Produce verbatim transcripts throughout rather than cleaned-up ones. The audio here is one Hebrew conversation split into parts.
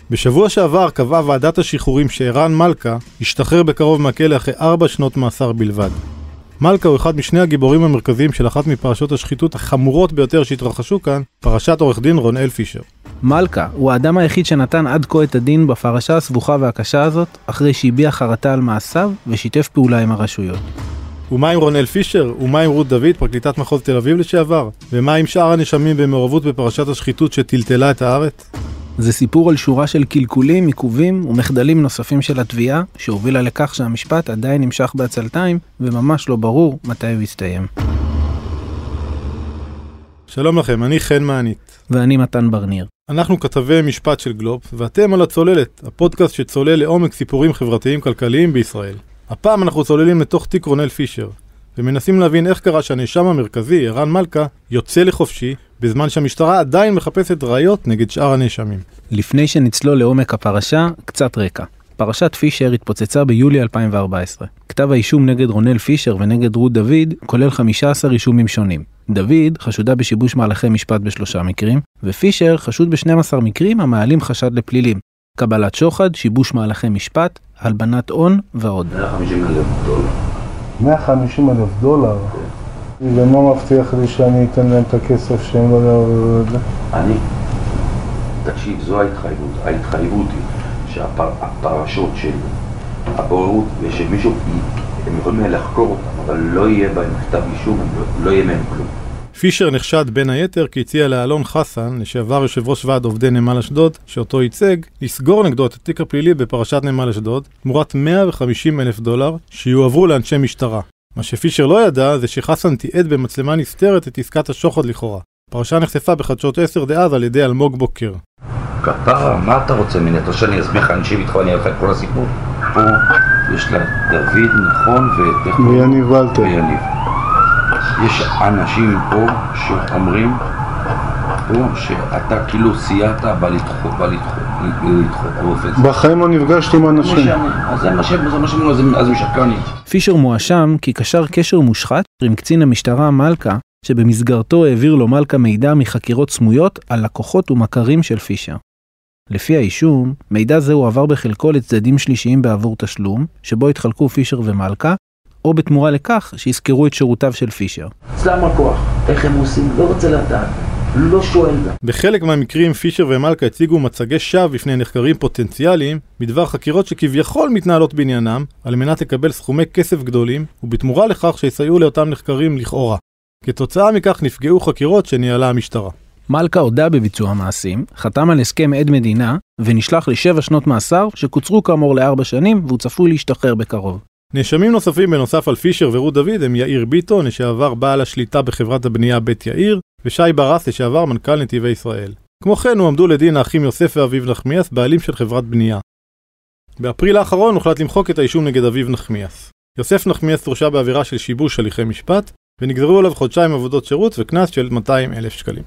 בשבוע שעבר קבעה ועדת השחרורים שערן מלכה ישתחרר בקרוב מהכלא אחרי ארבע שנות מאסר בלבד. מלכה הוא אחד משני הגיבורים המרכזיים של אחת מפרשות השחיתות החמורות ביותר שהתרחשו כאן, פרשת עורך דין רונאל פישר. מלכה הוא האדם היחיד שנתן עד כה את הדין בפרשה הסבוכה והקשה הזאת, אחרי שהביע חרטה על מעשיו ושיתף פעולה עם הרשויות. ומה עם רונאל פישר? ומה עם רות דוד, פרקליטת מחוז תל אביב לשעבר? ומה עם שאר הנשמים במעורבות בפרשת השחיתות שטלטלה את הארץ? זה סיפור על שורה של קלקולים, עיכובים ומחדלים נוספים של התביעה, שהובילה לכך שהמשפט עדיין נמשך בעצלתיים, וממש לא ברור מתי הוא יסתיים. שלום לכם, אני חן מענית. ואני מתן ברניר. אנחנו כתבי משפט של גלובס, ואתם על הצוללת, הפודקאסט שצולל לעומק סיפורים חברתיים כלכליים בישראל. הפעם אנחנו צוללים לתוך תיק רונאל פישר, ומנסים להבין איך קרה שהנאשם המרכזי, ערן מלכה, יוצא לחופשי, בזמן שהמשטרה עדיין מחפשת ראיות נגד שאר הנאשמים. לפני שנצלול לעומק הפרשה, קצת רקע. פרשת פישר התפוצצה ביולי אלפיים וארבע עשרה. כתב האישום נגד רונאל פישר ונגד רות דוד כולל חמישה עשר אישומים שונים. דוד חשודה בשיבוש מהלכי משפט בשלושה מקרים, ופישר חשוד ב-שנים עשר מקרים המעלים חשד לפלילים. קבלת שוחד, שיבוש מהלכי משפט, הלבנת הון ועוד. מאה וחמישים אלף דולר. מאה וחמישים אלף דולר? ומה מבטיח לי שאני אתן להם את הכסף שהם לא יעברו את זה? אני? תקשיב, זו ההתחייבות. ההתחייבות היא שהפרשות של הבוררות ושמישהו, הם יכולים לחקור אותם, אבל לא יהיה בהם כתב אישום, לא יהיה מהם כלום. פישר נחשד בין היתר כי הציע לאלון חסן, לשעבר יושב ראש ועד עובדי נמל אשדוד, שאותו ייצג, לסגור נגדו את התיק הפלילי בפרשת נמל אשדוד, תמורת מאה וחמישים אלף דולר, שיועברו לאנשי משטרה. מה שפישר לא ידע זה שחסן תיעד במצלמה נסתרת את עסקת השוחד לכאורה. הפרשה נחשפה בחדשות עשר דאז על ידי אלמוג בוקר. כפרה, מה אתה רוצה מנטו? שאני אסמיך לך אנשים איתך ואני אראה לך את כל הסיפור? פה יש לה דוד, נכון, ויניב ולטר. ויניב. יש אנשים פה שאומרים פה שאתה כאילו סייעת בלדחות, בלדחות, בלדחות. בחיים לא נפגשתי עם אנשים. אז זה מה שאומרים, אז משקרני. פישר מואשם כי קשר קשר מושחת עם קצין המשטרה מלכה, שבמסגרתו העביר לו מלכה מידע מחקירות סמויות על לקוחות ומכרים של פישר. לפי האישום, מידע זה הועבר בחלקו לצדדים שלישיים בעבור תשלום, שבו התחלקו פישר ומלכה, או בתמורה לכך שיזכרו את שירותיו של פישר. אצלם הכוח, איך הם עושים, לא רוצה לדעת, לא שואל גם. בחלק מהמקרים פישר ומלכה הציגו מצגי שווא בפני נחקרים פוטנציאליים בדבר חקירות שכביכול מתנהלות בעניינם, על מנת לקבל סכומי כסף גדולים, ובתמורה לכך שיסייעו לאותם נחקרים לכאורה. כתוצאה מכך נפגעו חקירות שניהלה המשטרה. מלכה הודה בביצוע המעשים, חתם על הסכם עד מדינה, ונשלח לשבע שנות מאסר שקוצרו כאמור לארבע שנים, והוא צפוי להשתחרר בקרוב. נאשמים נוספים בנוסף על פישר ורות דוד הם יאיר ביטון, לשעבר בעל השליטה בחברת הבנייה בית יאיר, ושי ברס, לשעבר מנכ"ל נתיבי ישראל. כמו כן הועמדו לדין האחים יוסף ואביב נחמיאס, בעלים של חברת בנייה. באפריל האחרון הוחלט למחוק את האישום נגד אביב נחמיאס. יוסף נחמיאס הורשע בעבירה של שיבוש הליכי משפט, ונגזרו עליו חודשיים עבודות שירות וקנס של מאתיים אלף שקלים.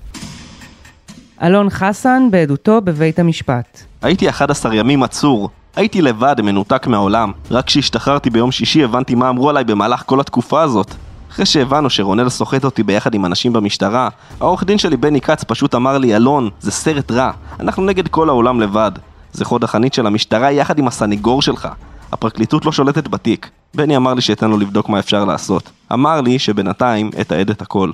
אלון חסן בעדותו בבית המשפט. הייתי אחד עשר ימים עצור. הייתי לבד, מנותק מהעולם. רק כשהשתחררתי ביום שישי הבנתי מה אמרו עליי במהלך כל התקופה הזאת. אחרי שהבנו שרונאל סוחט אותי ביחד עם אנשים במשטרה, העורך דין שלי בני קץ פשוט אמר לי, אלון, זה סרט רע. אנחנו נגד כל העולם לבד. זה חוד החנית של המשטרה יחד עם הסניגור שלך. הפרקליטות לא שולטת בתיק. בני אמר לי שאתן לו לבדוק מה אפשר לעשות. אמר לי שבינתיים אתעד את הכל.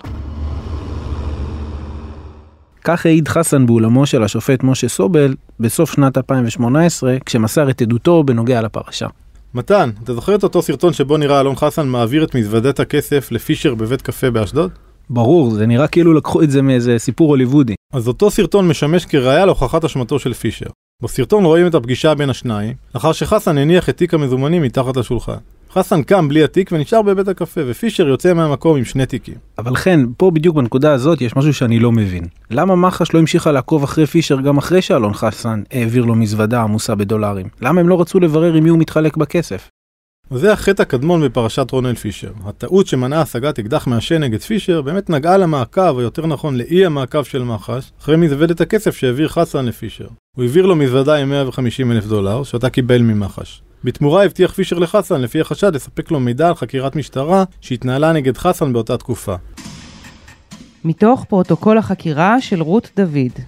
כך העיד חסן באולמו של השופט משה סובל בסוף שנת אלפיים שמונה עשרה, כשמסר את עדותו בנוגע לפרשה. מתן, אתה זוכר את אותו סרטון שבו נראה אלון חסן מעביר את מזוודת הכסף לפישר בבית קפה באשדוד? ברור, זה נראה כאילו לקחו את זה מאיזה סיפור הוליוודי. אז אותו סרטון משמש כראיה להוכחת אשמתו של פישר. בסרטון רואים את הפגישה בין השניים, לאחר שחסן הניח את תיק המזומנים מתחת לשולחן. חסן קם בלי התיק ונשאר בבית הקפה, ופישר יוצא מהמקום עם שני תיקים. אבל כן, פה בדיוק בנקודה הזאת יש משהו שאני לא מבין. למה מח"ש לא המשיכה לעקוב אחרי פישר גם אחרי שאלון חסן העביר לו מזוודה עמוסה בדולרים? למה הם לא רצו לברר עם מי הוא מתחלק בכסף? וזה החטא הקדמון בפרשת רונאל פישר. הטעות שמנעה השגת אקדח מעשן נגד פישר באמת נגעה למעקב, או יותר נכון לאי המעקב של מח"ש, אחרי מזוודת הכסף שהעביר חסן לפישר. הוא העביר לו מזוודה עם מאה וחמישים אלף דולר, שאותה קיבל ממח"ש. בתמורה הבטיח פישר לחסן, לפי החשד, לספק לו מידע על חקירת משטרה שהתנהלה נגד חסן באותה תקופה. מתוך פרוטוקול החקירה של רות דוד.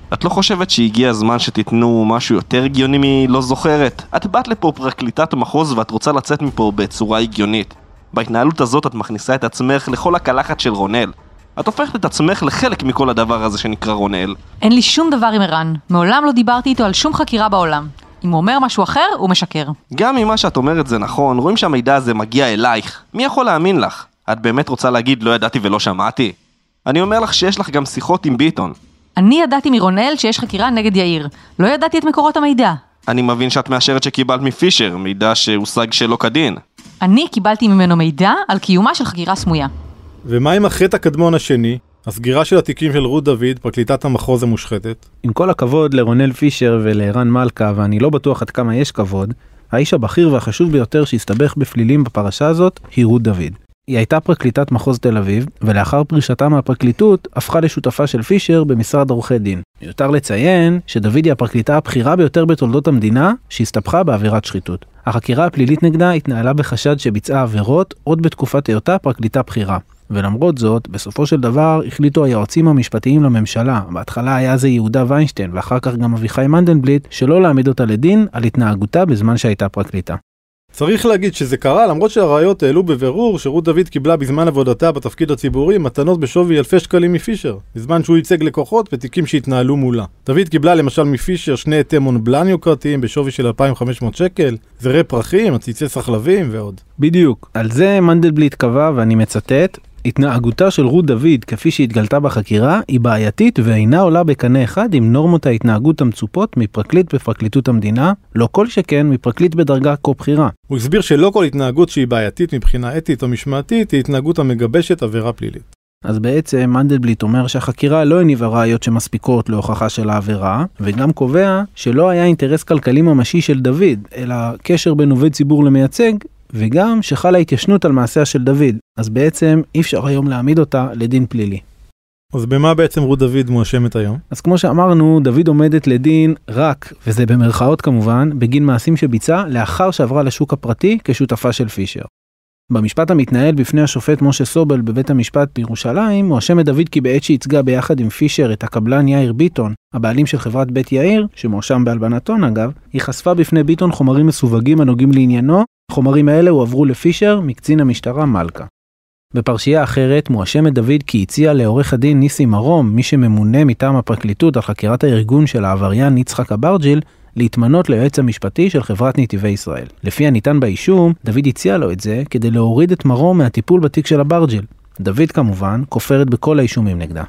את לא חושבת שהגיע הזמן שתיתנו משהו יותר הגיוני מלא זוכרת? את באת לפה פרקליטת המחוז ואת רוצה לצאת מפה בצורה הגיונית. בהתנהלות הזאת את מכניסה את עצמך לכל הקלחת של רונל. את הופכת את עצמך לחלק מכל הדבר הזה שנקרא רונל. אין לי שום דבר עם ערן. מעולם לא דיברתי איתו על שום חקירה בעולם. אם הוא אומר משהו אחר, הוא משקר. גם אם מה שאת אומרת זה נכון, רואים שהמידע הזה מגיע אלייך. מי יכול להאמין לך? את באמת רוצה להגיד לא ידעתי ולא שמעתי? אני אומר לך שיש לך גם שיחות עם ביטון. אני ידעתי מרונל שיש חקירה נגד יאיר. לא ידעתי את מקורות המידע. אני מבין שאת מאשרת שקיבלת מפישר, מידע שהושג שלא כדין. אני קיבלתי ממנו מידע על קיומה של חקירה סמויה. ומה עם החטא הקדמון השני? הסגירה של התיקים של רות דוד, פרקליטת המחוז המושחתת? עם כל הכבוד לרונל פישר ולערן מלכה, ואני לא בטוח עד כמה יש כבוד, האיש הבכיר והחשוב ביותר שהסתבך בפלילים בפרשה הזאת היא רות דוד. היא הייתה פרקליטת מחוז תל אביב, ולאחר פרישתה מהפרקליטות הפכה לשותפה של פישר במשרד עורכי דין. מיותר לציין שדוד היא הפרקליטה הבכירה ביותר בתולדות המדינה שהסתבכה בעבירת שחיתות. החקירה הפלילית נגדה התנהלה בחשד שביצעה עבירות עוד בתקופת היותה פרקליטה בכירה. ולמרות זאת, בסופו של דבר החליטו היועצים המשפטיים לממשלה, בהתחלה היה זה יהודה ויינשטיין ואחר כך גם אביחי מנדלבליט, שלא להעמיד אותה לדין על התנהגותה בזמן שהייתה פרקליטה. צריך להגיד שזה קרה למרות שהראיות העלו בבירור שרות דוד קיבלה בזמן עבודתה בתפקיד הציבורי מתנות בשווי אלפי שקלים מפישר, בזמן שהוא ייצג לקוחות בתיקים שהתנהלו מולה. דוד קיבלה למשל מפישר שני עטי מונבלן יוקרתיים בשווי של אלפיים וחמש מאות שקל, זרי פרחים, עציצי סחלבים ועוד. בדיוק. על זה מנדלבליט קבע, ואני מצטט, התנהגותה של רות דוד כפי שהתגלתה בחקירה היא בעייתית ואינה עולה בקנה אחד עם נורמות ההתנהגות המצופות מפרקליט בפרקליטות המדינה, לא כל שכן מפרקליט בדרגה כה בכירה. הוא הסביר שלא כל התנהגות שהיא בעייתית מבחינה אתית או משמעתית היא התנהגות המגבשת עבירה פלילית. אז בעצם מנדלבליט אומר שהחקירה לא הניבה ראיות שמספיקות להוכחה של העבירה, וגם קובע שלא היה אינטרס כלכלי ממשי של דוד, אלא קשר בין עובד ציבור למייצג, וגם שחלה התיישנות על מעשיה של דוד, אז בעצם אי אפשר היום להעמיד אותה לדין פלילי. אז במה בעצם רות דוד מואשמת היום? אז כמו שאמרנו, דוד עומדת לדין רק, וזה במרכאות כמובן, בגין מעשים שביצע לאחר שעברה לשוק הפרטי כשותפה של פישר. במשפט המתנהל בפני השופט משה סובל בבית המשפט בירושלים, מואשמת דוד כי בעת שהצגה ביחד עם פישר את הקבלן יאיר ביטון, הבעלים של חברת בית יאיר, שמואשם בהלבנת הון אגב, היא חשפה בפני ביטון חומרים מסווגים הנוגעים לעניינו, החומרים האלה הועברו לפישר מקצין המשטרה מלכה. בפרשייה אחרת מואשמת דוד כי הציע לעורך הדין ניסי מרום, מי שממונה מטעם הפרקליטות על חקירת הארגון של העבריין יצחק אברג'יל, להתמנות ליועץ המשפטי של חברת נתיבי ישראל. לפי הניתן באישום, דוד הציע לו את זה כדי להוריד את מרום מהטיפול בתיק של אברג'יל. דוד כמובן כופרת בכל האישומים נגדה.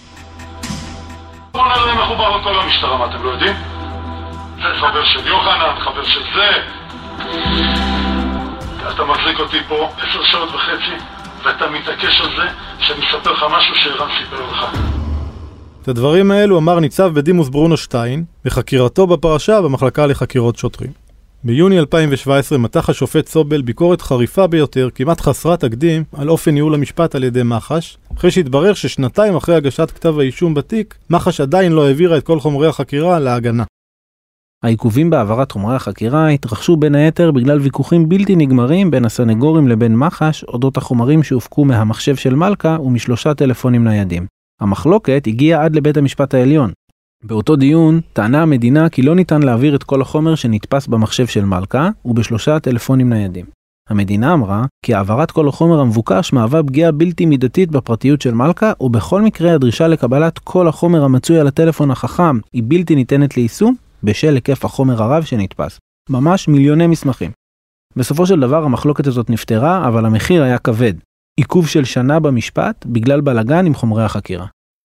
בואו נראה אם מחובר לכל המשטרה, מה אתם לא יודעים? זה חבר של יוחנן, חבר של זה. אתה מחזיק אותי פה עשר שעות וחצי, ואתה מתעקש על זה שאני אספר לך משהו שערן סיפר לך. את הדברים האלו אמר ניצב בדימוס ברונו שטיין בחקירתו בפרשה במחלקה לחקירות שוטרים. ביוני אלפיים שבע עשרה מתח השופט סובל ביקורת חריפה ביותר, כמעט חסרת תקדים, על אופן ניהול המשפט על ידי מח"ש, אחרי שהתברר ששנתיים אחרי הגשת כתב האישום בתיק, מח"ש עדיין לא העבירה את כל חומרי החקירה להגנה. העיכובים בהעברת חומרי החקירה התרחשו בין היתר בגלל ויכוחים בלתי נגמרים בין הסנגורים לבין מח"ש, אודות החומרים שהופקו מהמחשב של מלכה ומשלושה טלפונים ניידים. המחלוקת הגיעה עד לבית המשפט העליון. באותו דיון טענה המדינה כי לא ניתן להעביר את כל החומר שנתפס במחשב של מלכה ובשלושה טלפונים ניידים. המדינה אמרה כי העברת כל החומר המבוקש מהווה פגיעה בלתי מידתית בפרטיות של מלכה, ובכל מקרה הדרישה לקבלת כל החומר המצוי על הטלפון החכם היא בלתי ניתנת ליישום בשל היקף החומר הרב שנתפס. ממש מיליוני מסמכים. בסופו של דבר המחלוקת הזאת נפתרה, אבל המחיר היה כבד. עיכוב של שנה במשפט בגלל בלגן עם חומרי החקירה.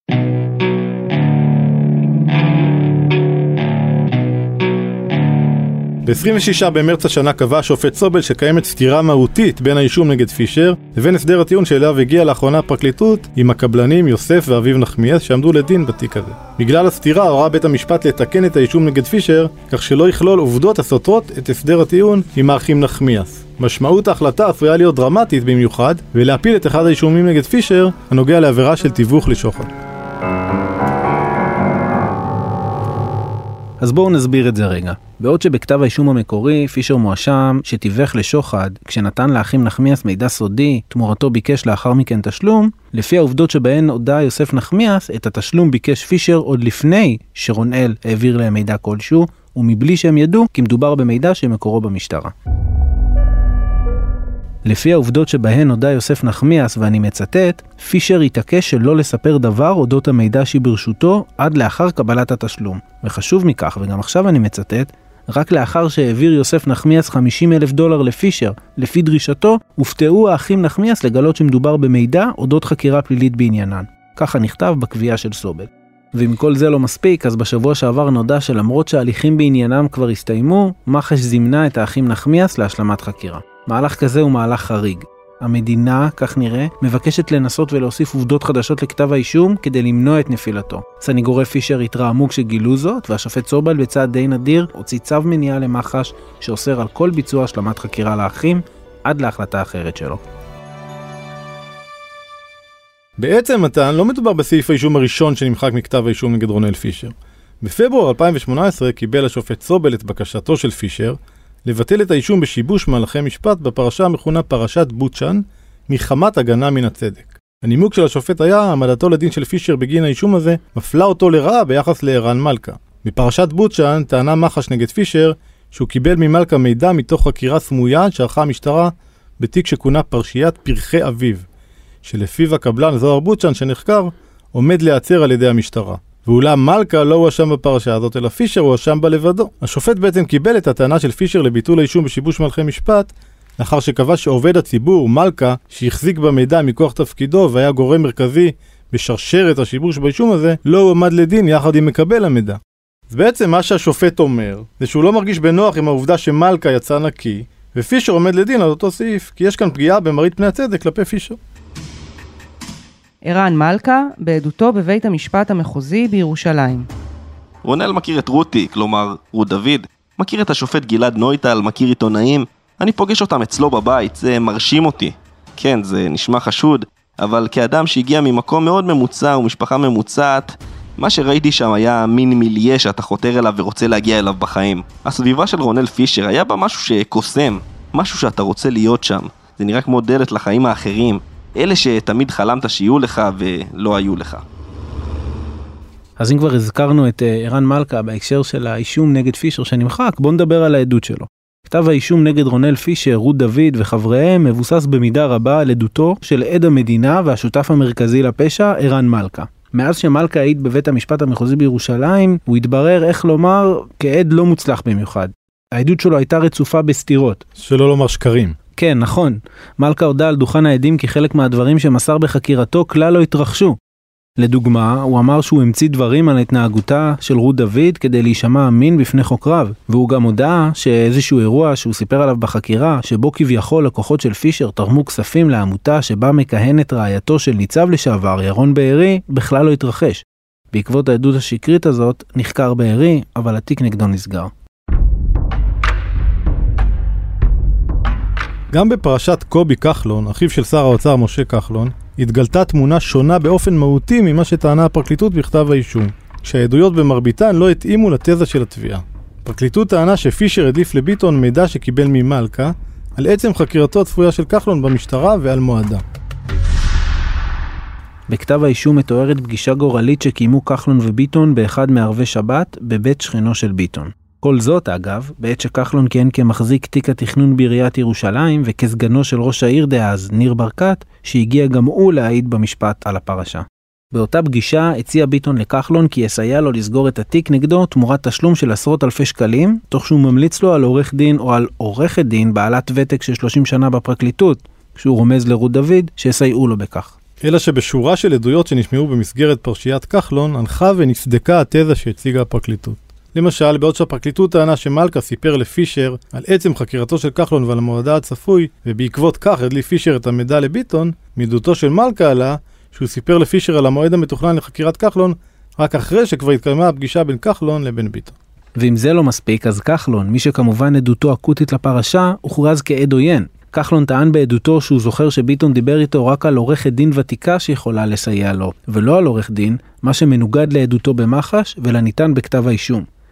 ב-עשרים ושישה במרץ השנה קבע השופט סובל שקיימת סתירה מהותית בין האישום נגד פישר לבין הסדר הטיעון שאליו הגיעה לאחרונה הפרקליטות עם הקבלנים יוסף ואביב נחמיאס שעמדו לדין בתיק הזה. בגלל הסתירה הורה בית המשפט לתקן את האישום נגד פישר כך שלא יכלול עובדות הסותרות את הסדר הטיעון עם האחים נחמיאס. משמעות ההחלטה עשויה להיות דרמטית במיוחד ולהפיל את אחד האישומים נגד פישר הנוגע לעבירה של תיווך לשוחד. אז בואו נסביר את זה רגע. בעוד שבכתב האישום המקורי, פישר מואשם שתיווך לשוחד, כשנתן לאחים נחמיאס מידע סודי, תמורתו ביקש לאחר מכן תשלום, לפי העובדות שבהן הודע יוסף נחמיאס, את התשלום ביקש פישר עוד לפני שרונאל העביר להם מידע כלשהו, ומבלי שהם ידעו כי מדובר במידע שמקורו במשטרה. לפי העובדות שבהן הודע יוסף נחמיאס, ואני מצטט, פישר התעקש שלא לספר דבר אודות המידע שברשותו עד לאחר קבלת התשלום. וחשוב מכך, וגם עכשיו אני מצטט, רק לאחר שהעביר יוסף נחמיאס חמישים אלף דולר לפישר, לפי דרישתו, הופתעו האחים נחמיאס לגלות שמדובר במידע אודות חקירה פלילית בעניינן. ככה נכתב בקביעה של סובל. ואם כל זה לא מספיק, אז בשבוע שעבר נודע שלמרות שההליכים בעניינם כבר הסתיימו, מח"ש זימנה את האחים נחמיאס להשלמת חקירה. מהלך כזה הוא מהלך חריג. המדינה, כך נראה, מבקשת לנסות ולהוסיף עובדות חדשות לכתב האישום כדי למנוע את נפילתו. סניגורי פישר התרעמו כשגילו זאת, והשופט סובל בצעד די נדיר הוציא צו מניעה למח"ש שאוסר על כל ביצוע השלמת חקירה לאחים עד להחלטה אחרת שלו. בעצם מתן לא מדובר בסעיף האישום הראשון שנמחק מכתב האישום נגד רונאל פישר. בפברואר אלפיים ושמונה עשרה קיבל השופט סובל את בקשתו של פישר לבטל את האישום בשיבוש מהלכי משפט בפרשה המכונה פרשת בוצ'אן מחמת הגנה מן הצדק. הנימוק של השופט היה העמדתו לדין של פישר בגין האישום הזה מפלה אותו לרעה ביחס לערן מלכה. בפרשת בוצ'אן טענה מח"ש נגד פישר שהוא קיבל ממלכה מידע מתוך חקירה סמויה שערכה המשטרה בתיק שכונה פרשיית פרחי אביב, שלפיו הקבלן זוהר בוצ'אן שנחקר עומד להיעצר על ידי המשטרה. ואולם מלכה לא הואשם בפרשה הזאת, אלא פישר הואשם בה לבדו. השופט בעצם קיבל את הטענה של פישר לביטול האישום בשיבוש מהלכי משפט, לאחר שקבע שעובד הציבור, מלכה, שהחזיק במידע מכוח תפקידו והיה גורם מרכזי בשרשרת השיבוש באישום הזה, לא הועמד לדין יחד עם מקבל המידע. אז בעצם מה שהשופט אומר, זה שהוא לא מרגיש בנוח עם העובדה שמלכה יצא נקי, ופישר עומד לדין על אותו סעיף, כי יש כאן פגיעה במראית פני הצדק כלפי פישר. ערן מלכה, בעדותו בבית המשפט המחוזי בירושלים. רונאל מכיר את רותי, כלומר רות דוד, מכיר את השופט גלעד נויטל, מכיר עיתונאים, אני פוגש אותם אצלו בבית, זה מרשים אותי. כן, זה נשמע חשוד, אבל כאדם שהגיע ממקום מאוד ממוצע ומשפחה ממוצעת, מה שראיתי שם היה מין מיליה שאתה חותר אליו ורוצה להגיע אליו בחיים. הסביבה של רונאל פישר היה בה משהו שקוסם, משהו שאתה רוצה להיות שם. זה נראה כמו דלת לחיים האחרים, אלה שתמיד חלמת שיהיו לך ולא היו לך. אז אם כבר הזכרנו את ערן מלכה בהקשר של האישום נגד פישר שנמחק, בוא נדבר על העדות שלו. כתב האישום נגד רונאל פישר, רות דוד וחבריהם מבוסס במידה רבה על עדותו של עד המדינה והשותף המרכזי לפשע, ערן מלכה. מאז שמלכה העיד בבית המשפט המחוזי בירושלים, הוא התברר, איך לומר, כעד לא מוצלח במיוחד. העדות שלו הייתה רצופה בסתירות. שלא לומר שקרים. כן, נכון. מלכה הודע על דוכן העדים כי חלק מהדברים שמסר בחקירתו כלל לא התרחשו. לדוגמה, הוא אמר שהוא המציא דברים על התנהגותה של רות דוד כדי להישמע אמין בפני חוקריו, והוא גם הודע שאיזשהו אירוע שהוא סיפר עליו בחקירה, שבו כביכול לקוחות של פישר תרמו כספים לעמותה שבה מכהנת רעייתו של ניצב לשעבר ירון בארי, בכלל לא התרחש. בעקבות העדות השקרית הזאת נחקר בארי, אבל התיק נגדו נסגר. גם בפרשת קובי כחלון, אחיו של שר האוצר משה כחלון, התגלתה תמונה שונה באופן מהותי ממה שטענה הפרקליטות בכתב האישום, כשהעדויות במרביתן לא התאימו לתזה של התביעה. הפרקליטות טענה שפישר הדליף לביטון מידע שקיבל ממלכה על עצם חקירתו הצפויה של כחלון במשטרה ועל מועדה. בכתב האישום מתוארת פגישה גורלית שקיימו כחלון וביטון באחד מערבי שבת בבית שכנו של ביטון. כל זאת, אגב, בעת שכחלון כיהן כמחזיק תיק התכנון בעיריית ירושלים וכסגנו של ראש העיר דאז, ניר ברקת, שהגיע גם הוא להעיד במשפט על הפרשה. באותה פגישה הציע ביטון לכחלון כי יסייע לו לסגור את התיק נגדו תמורת תשלום של עשרות אלפי שקלים, תוך שהוא ממליץ לו על עורך דין או על עורכת דין בעלת ותק של שלושים שנה בפרקליטות, כשהוא רומז לרות דוד שיסייעו לו בכך. אלא שבשורה של עדויות שנשמעו במסגרת פרשיית כחלון, הנחה ונסדקה התזה שהציגה הפרקליטות. למשל, בעוד שהפרקליטות טענה שמלכה סיפר לפישר על עצם חקירתו של כחלון ועל המועדה הצפוי, ובעקבות כך הדליף פישר את המידע לביטון, מעדותו של מלכה עלה שהוא סיפר לפישר על המועד המתוכנן לחקירת כחלון, רק אחרי שכבר התקיימה הפגישה בין כחלון לבין ביטון. ואם זה לא מספיק, אז כחלון, מי שכמובן עדותו אקוטית לפרשה, הוכרז כעד עוין. כחלון טען בעדותו שהוא זוכר שביטון דיבר איתו רק על עורכת דין ותיקה שיכולה לסייע לו, ולא על עורך דין, מה שמנוגד לעדותו במח"ש ולניתן בכתב האישום.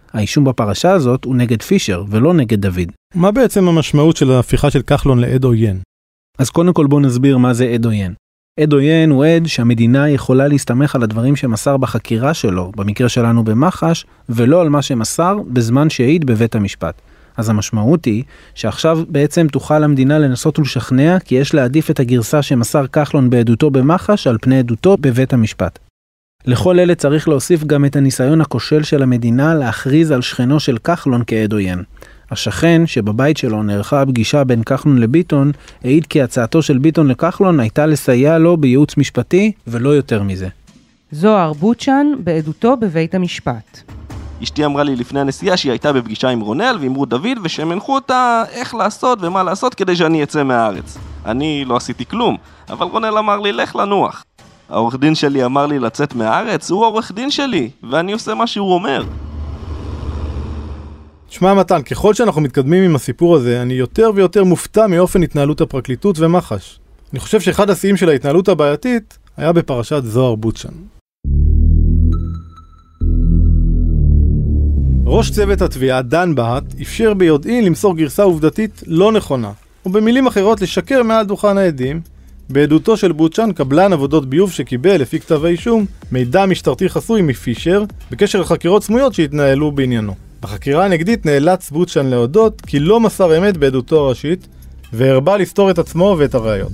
האישום בפרשה הזאת הוא נגד פישר ולא נגד דוד. מה בעצם המשמעות של ההפיכה של כחלון לעד עוין? אז קודם כל בוא נסביר מה זה עד עוין. עד עוין הוא עד שהמדינה יכולה להסתמך על הדברים שמסר בחקירה שלו, במקרה שלנו במח"ש, ולא על מה שמסר בזמן שהעיד בבית המשפט. אז המשמעות היא שעכשיו בעצם תוכל המדינה לנסות ולשכנע כי יש להעדיף את הגרסה שמסר כחלון בעדותו במח"ש על פני עדותו בבית המשפט. לכל אלה צריך להוסיף גם את הניסיון הכושל של המדינה להכריז על שכנו של כחלון כעד עוין. השכן שבבית שלו נערכה הפגישה בין כחלון לביטון, העיד כי הצעתו של ביטון לכחלון הייתה לסייע לו בייעוץ משפטי ולא יותר מזה. זוהר בוצ'ן בעדותו בבית המשפט. אשתי אמרה לי לפני הנסיעה שהיא הייתה בפגישה עם רונל ועם רות דוד ושהם הנחו אותה איך לעשות ומה לעשות כדי שאני אצא מהארץ. אני לא עשיתי כלום, אבל רונל אמר לי לך לנוח. העורך דין שלי אמר לי לצאת מהארץ, הוא העורך דין שלי, ואני עושה מה שהוא אומר. תשמע מתן, ככל שאנחנו מתקדמים עם הסיפור הזה, אני יותר ויותר מופתע מאופן התנהלות הפרקליטות ומח"ש. אני חושב שאחד השיאים של ההתנהלות הבעייתית היה בפרשת זוהר בוצ'ן. ראש צוות התביעה דן בהט אפשר ביודעין למסור גרסה עובדתית לא נכונה, ובמילים אחרות לשקר מעל דוכן העדים, בעדותו של בוצ'ן, קבלן עבודות ביוב שקיבל לפי כתב האישום מידע משטרתי חסוי מפישר בקשר לחקירות סמויות שהתנהלו בעניינו. בחקירה הנגדית נאלץ בוצ'ן להודות כי לא מסר אמת בעדותו הראשית והרבה לסתור את עצמו ואת הראיות.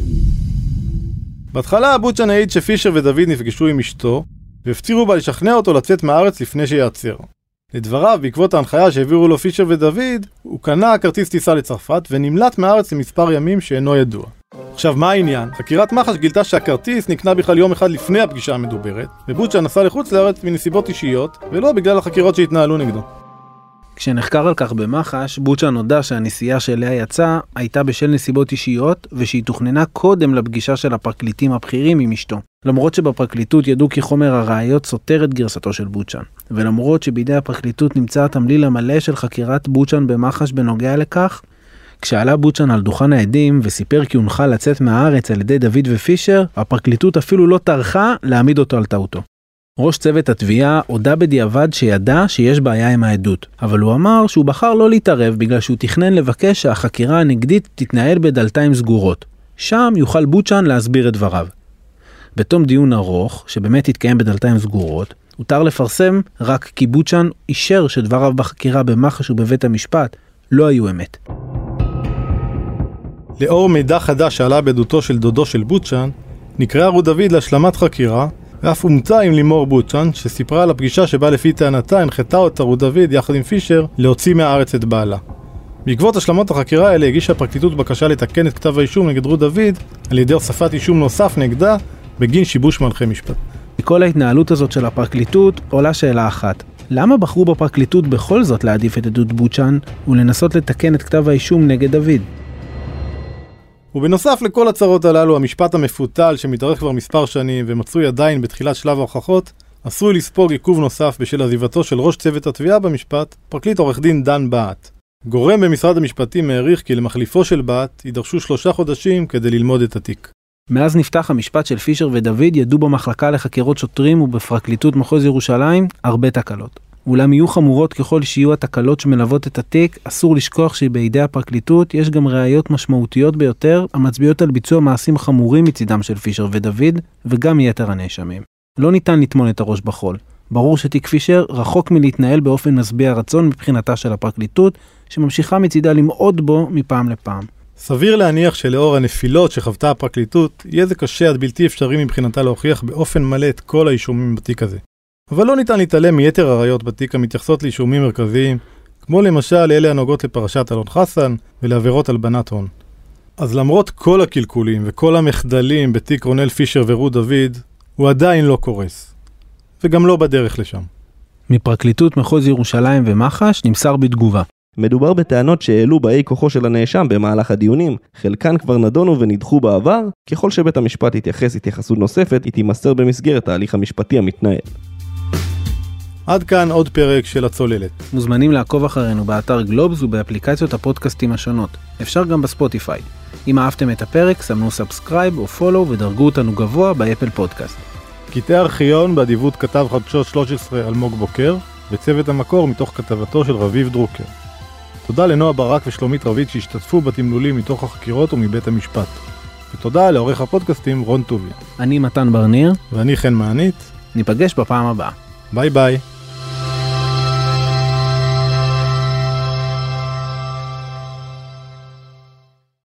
בהתחלה בוצ'ן העיד שפישר ודוד נפגשו עם אשתו והפצירו בה לשכנע אותו לצאת מהארץ לפני שיעצר. לדבריו, בעקבות ההנחיה שהעבירו לו פישר ודוד, הוא קנה כרטיס טיסה לצרפת ונמלט מהארץ למספר ימים שאינו ידוע. עכשיו, מה העניין? חקירת מח"ש גילתה שהכרטיס נקנה בכלל יום אחד לפני הפגישה המדוברת, ובוצ'ן נסע לחוץ לארץ מנסיבות אישיות, ולא בגלל החקירות שהתנהלו נגדו. כשנחקר על כך במח"ש, בוצ'ן הודע שהנסיעה שאליה יצא הייתה בשל נסיבות אישיות, ושהיא תוכננה קודם לפגישה של הפרקליטים הבכירים עם אשתו. למרות שבפרקליטות ידעו כי חומר הראיות סותר את גרסתו של בוצ'ן, ולמרות שבידי הפרקליטות נמצא התמליל המלא של חקירת בוצ'ן במח"ש בנוגע לכך, כשעלה בוצ'ן על דוכן העדים וסיפר כי הונחה לצאת מהארץ על ידי דוד ופישר, הפרקליטות אפילו לא טרחה להעמיד אותו על טעותו. ראש צוות התביעה הודע בדיעבד שידע שיש בעיה עם העדות, אבל הוא אמר שהוא בחר לא להתערב בגלל שהוא תכנן לבקש שהחקירה הנגדית תתנהל בדלתיים סגורות. שם יוכל בוצ'ן להסביר את דבריו. בתום דיון ארוך, שבאמת התקיים בדלתיים סגורות, הותר לפרסם רק כי בוצ'ן אישר שדבריו בחקירה במח"ש ובבית המשפט לא היו אמת. לאור מידע חדש שעלה בעדותו של דודו של בוצ'ן, נקרא רות דוד להשלמת חקירה, ואף אומצה עם לימור בוצ'ן, שסיפרה על הפגישה שבה לפי טענתה הנחתה אותה רות דוד יחד עם פישר להוציא מהארץ את בעלה. בעקבות השלמות החקירה האלה הגישה הפרקליטות בקשה לתקן את כתב האישום נגד רות דוד על ידי הוספת אישום נוסף נגדה בגין שיבוש מהלכי משפט. בכל ההתנהלות הזאת של הפרקליטות עולה שאלה אחת. למה בחרו בפרקליטות בכל זאת להעדיף את עדות בוצ'ן ולנסות לתקן את כתב האישום נגד דוד? ובנוסף לכל הצרות הללו, המשפט המפותל שמתארך כבר מספר שנים ומצוי עדיין בתחילת שלב ההוכחות, עשוי לספוג עיכוב נוסף בשל עזיבתו של ראש צוות התביעה במשפט, פרקליט עורך דין דן בהט. גורם במשרד המשפטים העריך כי למחליפו של בהט יידרשו שלושה חודשים כדי ללמוד את התיק. מאז נפתח המשפט של פישר ודוד ידעו במחלקה לחקירות שוטרים ובפרקליטות מחוז ירושלים הרבה תקלות. אולם יהיו חמורות ככל שיהיו התקלות שמלוות את התיק, אסור לשכוח שבידי הפרקליטות יש גם ראיות משמעותיות ביותר המצביעות על ביצוע מעשים חמורים מצידם של פישר ודוד וגם יתר הנאשמים. לא ניתן לטמון את הראש בחול. ברור שתיק פישר רחוק מלהתנהל באופן משביע רצון מבחינתה של הפרקליטות, שממשיכה מצידה למעוד בו מפעם לפעם. סביר להניח שלאור הנפילות שחוותה הפרקליטות, יהיה זה קשה עד בלתי אפשרי מבחינתה להוכיח באופן מלא את כל האישומים בתיק הזה. אבל לא ניתן להתעלם מיתר הראיות בתיק המתייחסות לאישומים מרכזיים, כמו למשל אלה הנוגעות לפרשת אלון חסן ולעבירות הלבנת הון. אז למרות כל הקלקולים וכל המחדלים בתיק רונל פישר ורות דוד, הוא עדיין לא קורס. וגם לא בדרך לשם. מפרקליטות מחוז ירושלים ומח"ש נמסר בתגובה. מדובר בטענות שהעלו באי כוחו של הנאשם במהלך הדיונים. חלקן כבר נדונו ונדחו בעבר. ככל שבית המשפט יתייחס התייחסות נוספת, היא תימסר במסגרת ההליך המשפטי המתנהל. עד כאן עוד פרק של הצוללת. מוזמנים לעקוב אחרינו באתר גלובס ובאפליקציות הפודקאסטים השונות. אפשר גם בספוטיפיי. אם אהבתם את הפרק, סמנו סאבסקרייב או פולו ודרגו אותנו גבוה באפל פודקאסט. קטעי ארכיון באדיבות כתב חדשות שלוש עשרה אלמוג בוקר. וצוות המקור מתוך כתבתו של רביב דרוקר. תודה לנועה ברק ושלומית רביד שהשתתפו בתמלולים מתוך החקירות ומבית המשפט. ותודה לעורך הפודקאסטים רון טוביה. אני מתן ברניר. ואני חן מענית. ניפגש בפעם הבאה. ביי ביי.